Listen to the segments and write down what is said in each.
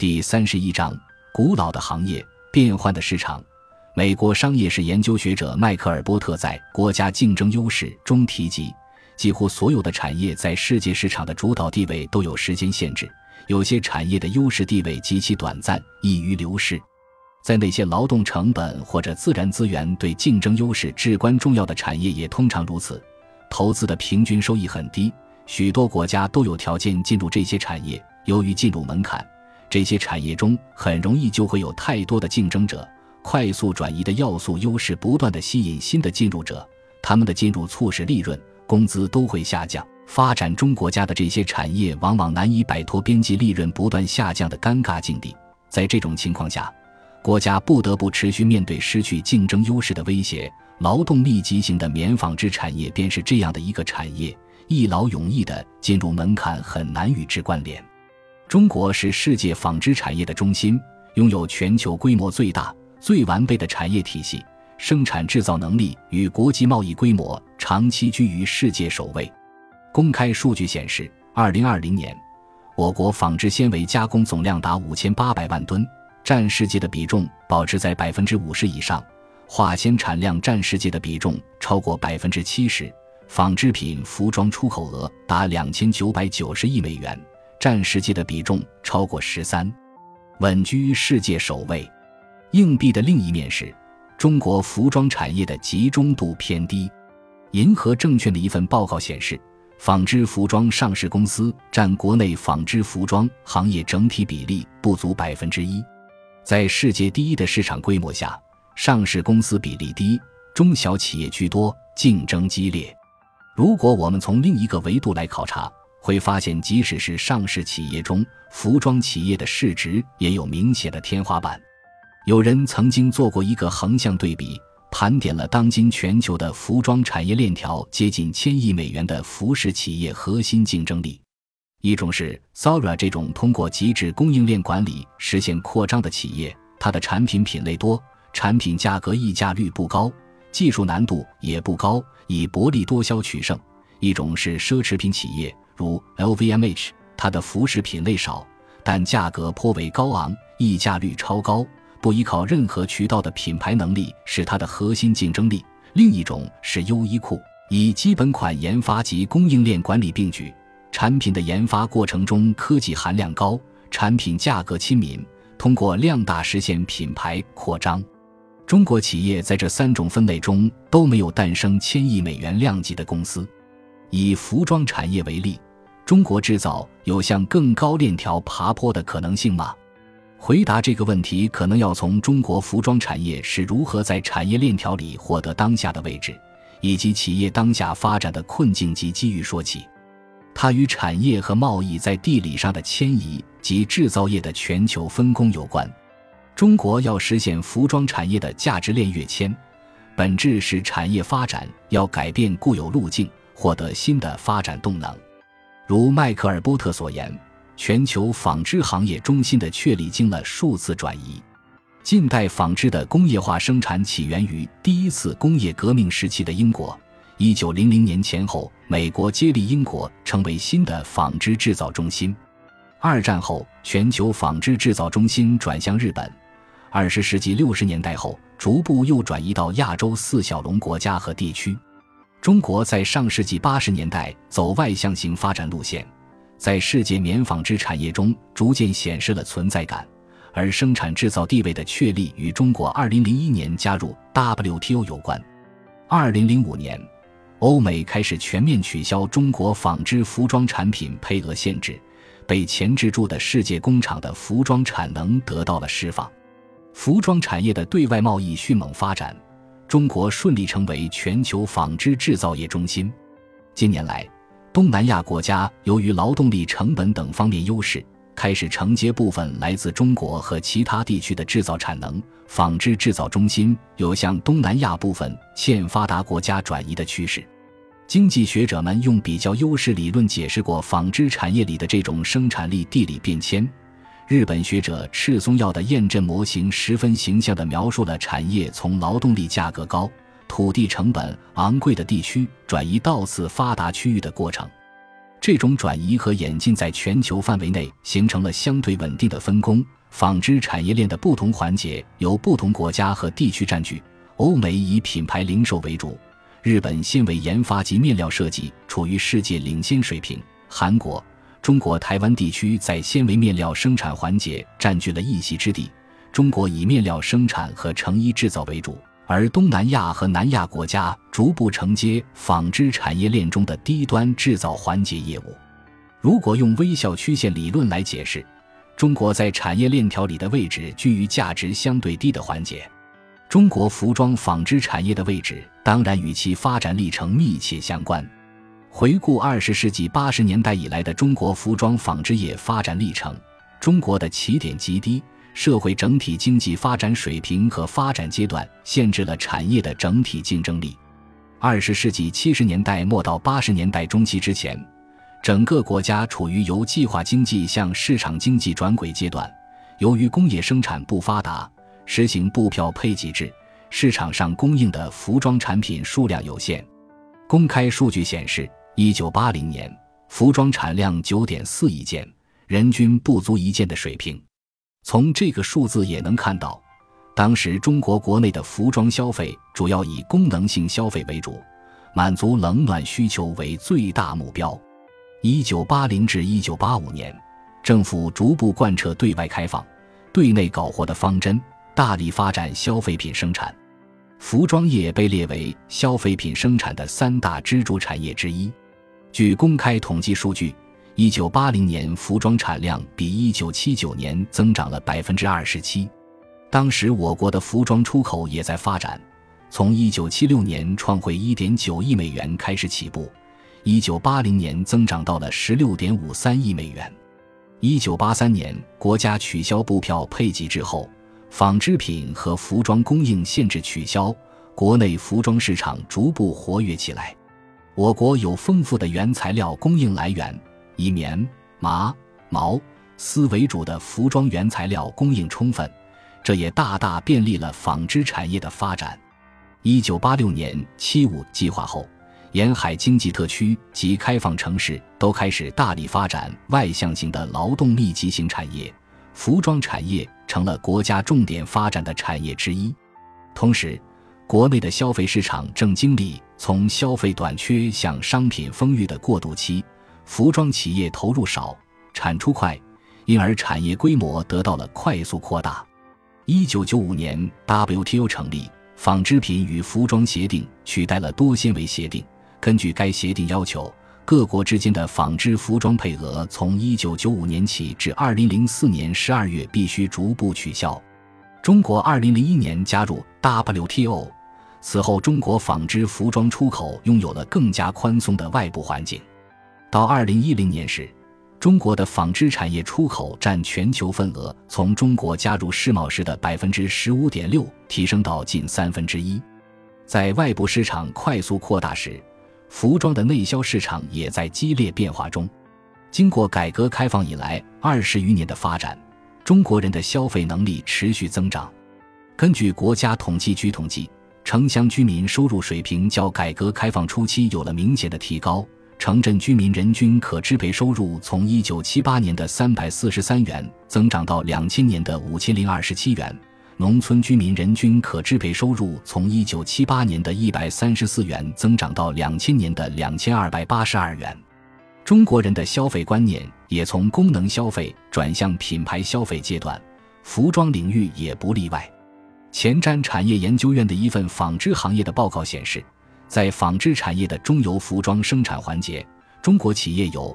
第31章古老的行业，变换的市场。美国商业史研究学者迈克尔·波特在《国家竞争优势》中提及，几乎所有的产业在世界市场的主导地位都有时间限制，有些产业的优势地位极其短暂，易于流逝。在那些劳动成本或者自然资源对竞争优势至关重要的产业也通常如此，投资的平均收益很低，许多国家都有条件进入这些产业，由于进入门槛，这些产业中很容易就会有太多的竞争者，快速转移的要素优势不断地吸引新的进入者，他们的进入促使利润、工资都会下降。发展中国家的这些产业往往难以摆脱边际利润不断下降的尴尬境地，在这种情况下，国家不得不持续面对失去竞争优势的威胁。劳动密集型的棉纺织产业便是这样的一个产业，一劳永逸的进入门槛很难与之关联。中国是世界纺织产业的中心，拥有全球规模最大、最完备的产业体系，生产制造能力与国际贸易规模长期居于世界首位。公开数据显示，2020年，我国纺织纤维加工总量达5800万吨，占世界的比重保持在 50% 以上，化纤产量占世界的比重超过 70%， 纺织品服装出口额达2990亿美元，占世界的比重超过13%，稳居世界首位。硬币的另一面是，中国服装产业的集中度偏低。银河证券的一份报告显示，纺织服装上市公司占国内纺织服装行业整体比例不足 1%。在世界第一的市场规模下，上市公司比例低，中小企业居多，竞争激烈。如果我们从另一个维度来考察，会发现即使是上市企业中，服装企业的市值也有明显的天花板。有人曾经做过一个横向对比，盘点了当今全球的服装产业链条接近1000亿美元的服饰企业核心竞争力。一种是 Zara 这种通过极致供应链管理实现扩张的企业，它的产品品类多，产品价格溢价率不高，技术难度也不高，以薄利多销取胜。一种是奢侈品企业，如 LVMH， 它的服饰品类少，但价格颇为高昂，溢价率超高，不依靠任何渠道的品牌能力是它的核心竞争力。另一种是优衣库，以基本款研发及供应链管理并举，产品的研发过程中科技含量高，产品价格亲民，通过量大实现品牌扩张。中国企业在这3种分类中都没有诞生1000亿美元量级的公司。以服装产业为例，中国制造有向更高链条爬坡的可能性吗？回答这个问题可能要从中国服装产业是如何在产业链条里获得当下的位置，以及企业当下发展的困境及机遇说起。它与产业和贸易在地理上的迁移及制造业的全球分工有关。中国要实现服装产业的价值链跃迁，本质是产业发展要改变固有路径，获得新的发展动能。如迈克尔·波特所言，全球纺织行业中心的确立经了数次转移。近代纺织的工业化生产起源于第一次工业革命时期的英国，1900年前后，美国接力英国成为新的纺织制造中心。二战后，全球纺织制造中心转向日本，20世纪60年代后，逐步又转移到亚洲4小龙国家和地区。中国在上世纪80年代走外向型发展路线，在世界棉纺织产业中逐渐显示了存在感，而生产制造地位的确立与中国2001年加入 WTO 有关。2005年，欧美开始全面取消中国纺织服装产品配额限制，被钳制住的世界工厂的服装产能得到了释放。服装产业的对外贸易迅猛发展，中国顺利成为全球纺织制造业中心。近年来，东南亚国家由于劳动力成本等方面优势，开始承接部分来自中国和其他地区的制造产能，纺织制造中心有向东南亚部分欠发达国家转移的趋势。经济学者们用比较优势理论解释过纺织产业里的这种生产力地理变迁。日本学者赤松耀的验证模型十分形象地描述了产业从劳动力价格高、土地成本昂贵的地区转移到次发达区域的过程。 这种转移和演进在全球范围内形成了相对稳定的分工，纺织产业链的不同环节由不同国家和地区占据。欧美以品牌零售为主，日本纤维研发及面料设计处于世界领先水平，韩国、中国台湾地区在纤维面料生产环节占据了一席之地，中国以面料生产和成衣制造为主，而东南亚和南亚国家逐步承接纺织产业链中的低端制造环节业务。如果用微笑曲线理论来解释，中国在产业链条里的位置居于价值相对低的环节。中国服装纺织产业的位置当然与其发展历程密切相关。回顾20世纪80年代以来的中国服装纺织业发展历程，中国的起点极低，社会整体经济发展水平和发展阶段限制了产业的整体竞争力。20世纪70年代末到80年代中期之前，整个国家处于由计划经济向市场经济转轨阶段。由于工业生产不发达，实行布票配给制，市场上供应的服装产品数量有限。公开数据显示，1980年服装产量 9.4 亿件，人均不足1件的水平。从这个数字也能看到，当时中国国内的服装消费主要以功能性消费为主，满足冷暖需求为最大目标。1980至1985年，政府逐步贯彻对外开放、对内搞活的方针，大力发展消费品生产。服装业被列为消费品生产的3大支柱产业之一。据公开统计数据，1980年服装产量比1979年增长了 27%。当时我国的服装出口也在发展，从1976年创汇 1.9 亿美元开始起步，1980年增长到了 16.53 亿美元。1983年国家取消布票配给制后，纺织品和服装供应限制取消，国内服装市场逐步活跃起来。我国有丰富的原材料供应来源，以棉、麻、毛、丝为主的服装原材料供应充分，这也大大便利了纺织产业的发展。1986年75计划后，沿海经济特区及开放城市都开始大力发展外向型的劳动密集型产业，服装产业成了国家重点发展的产业之一。同时，国内的消费市场正经历从消费短缺向商品丰裕的过渡期，服装企业投入少，产出快，因而产业规模得到了快速扩大。1995年 WTO 成立，纺织品与服装协定取代了多纤维协定。根据该协定要求，各国之间的纺织服装配额从1995年起至2004年12月必须逐步取消。中国2001年加入 WTO， 此后中国纺织服装出口拥有了更加宽松的外部环境。到2010年时，中国的纺织产业出口占全球份额从中国加入世贸时的 15.6% 提升到近1/3。在外部市场快速扩大时，服装的内销市场也在激烈变化中。经过改革开放以来20余年的发展，中国人的消费能力持续增长。根据国家统计局统计，城乡居民收入水平较改革开放初期有了明显的提高，城镇居民人均可支配收入从1978年的343元增长到2000年的5027元，农村居民人均可支配收入从1978年的134元增长到2000年的2282元。中国人的消费观念也从功能消费转向品牌消费阶段，服装领域也不例外。前瞻产业研究院的一份纺织行业的报告显示，在纺织产业的中游服装生产环节，中国企业有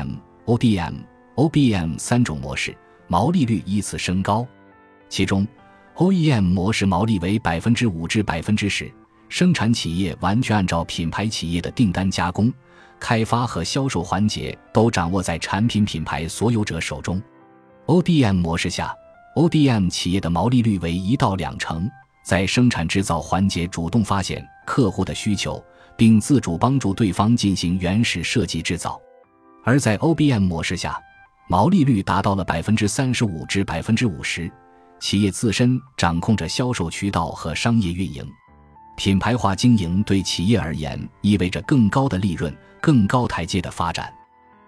OEM、ODM、OBM 3种模式，毛利率依次升高。其中OEM 模式毛利为 5% 至 10%， 生产企业完全按照品牌企业的订单加工、开发和销售环节都掌握在产品品牌所有者手中。ODM 模式下， ODM 企业的毛利率为1到2成，在生产制造环节主动发现客户的需求，并自主帮助对方进行原始设计制造。而在 OBM 模式下，毛利率达到了 35% 至 50%，企业自身掌控着销售渠道和商业运营。品牌化经营对企业而言意味着更高的利润、更高台阶的发展。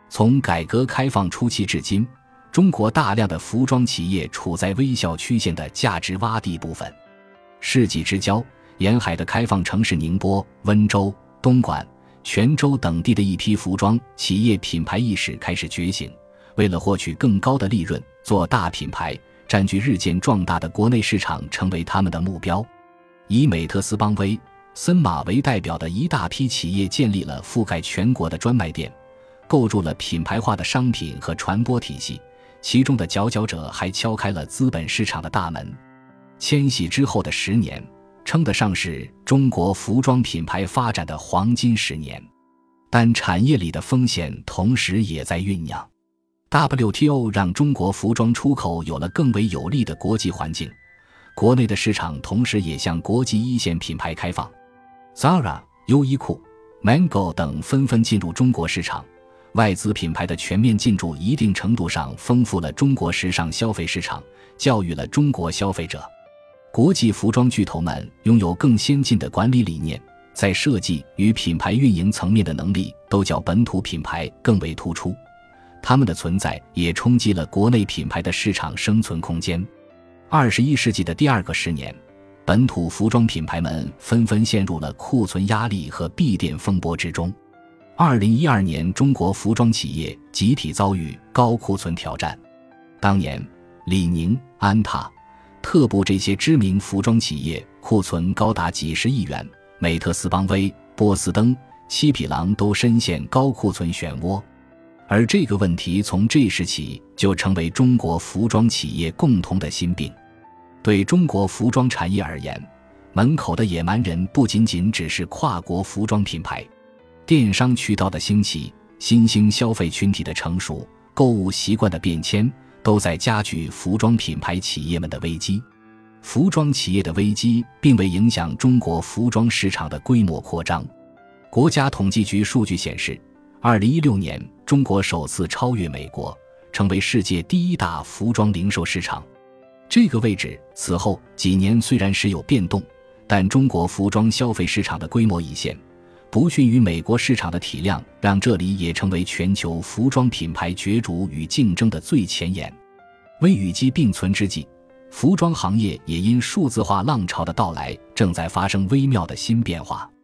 从改革开放初期至今，中国大量的服装企业处在微笑曲线的价值洼地部分。世纪之交，沿海的开放城市宁波、温州、东莞、泉州等地的一批服装企业品牌意识开始觉醒，为了获取更高的利润，做大品牌，占据日渐壮大的国内市场成为他们的目标。以美特斯邦威、森马为代表的一大批企业建立了覆盖全国的专卖店，构筑了品牌化的商品和传播体系，其中的佼佼者还敲开了资本市场的大门。千禧之后的10年，称得上是中国服装品牌发展的黄金10年，但产业里的风险同时也在酝酿。WTO 让中国服装出口有了更为有利的国际环境，国内的市场同时也向国际一线品牌开放。 Zara、 优衣库、 Mango 等纷纷进入中国市场，外资品牌的全面进驻一定程度上丰富了中国时尚消费市场，教育了中国消费者。国际服装巨头们拥有更先进的管理理念，在设计与品牌运营层面的能力都较本土品牌更为突出，他们的存在也冲击了国内品牌的市场生存空间。21世纪的第2个10年，本土服装品牌们纷纷陷入了库存压力和闭店风波之中。2012年，中国服装企业集体遭遇高库存挑战。当年，李宁、安踏、特步这些知名服装企业库存高达几十亿元，美特斯邦威、波司登、七匹狼都深陷高库存漩涡。而这个问题从这时起就成为中国服装企业共同的心病。对中国服装产业而言，门口的野蛮人不仅仅只是跨国服装品牌，电商渠道的兴起、新兴消费群体的成熟、购物习惯的变迁，都在加剧服装品牌企业们的危机。服装企业的危机并未影响中国服装市场的规模扩张。国家统计局数据显示，2016年中国首次超越美国，成为世界第1大服装零售市场。这个位置此后几年虽然时有变动，但中国服装消费市场的规模已现，不逊于美国市场的体量，让这里也成为全球服装品牌角逐与竞争的最前沿。危与机并存之际，服装行业也因数字化浪潮的到来，正在发生微妙的新变化。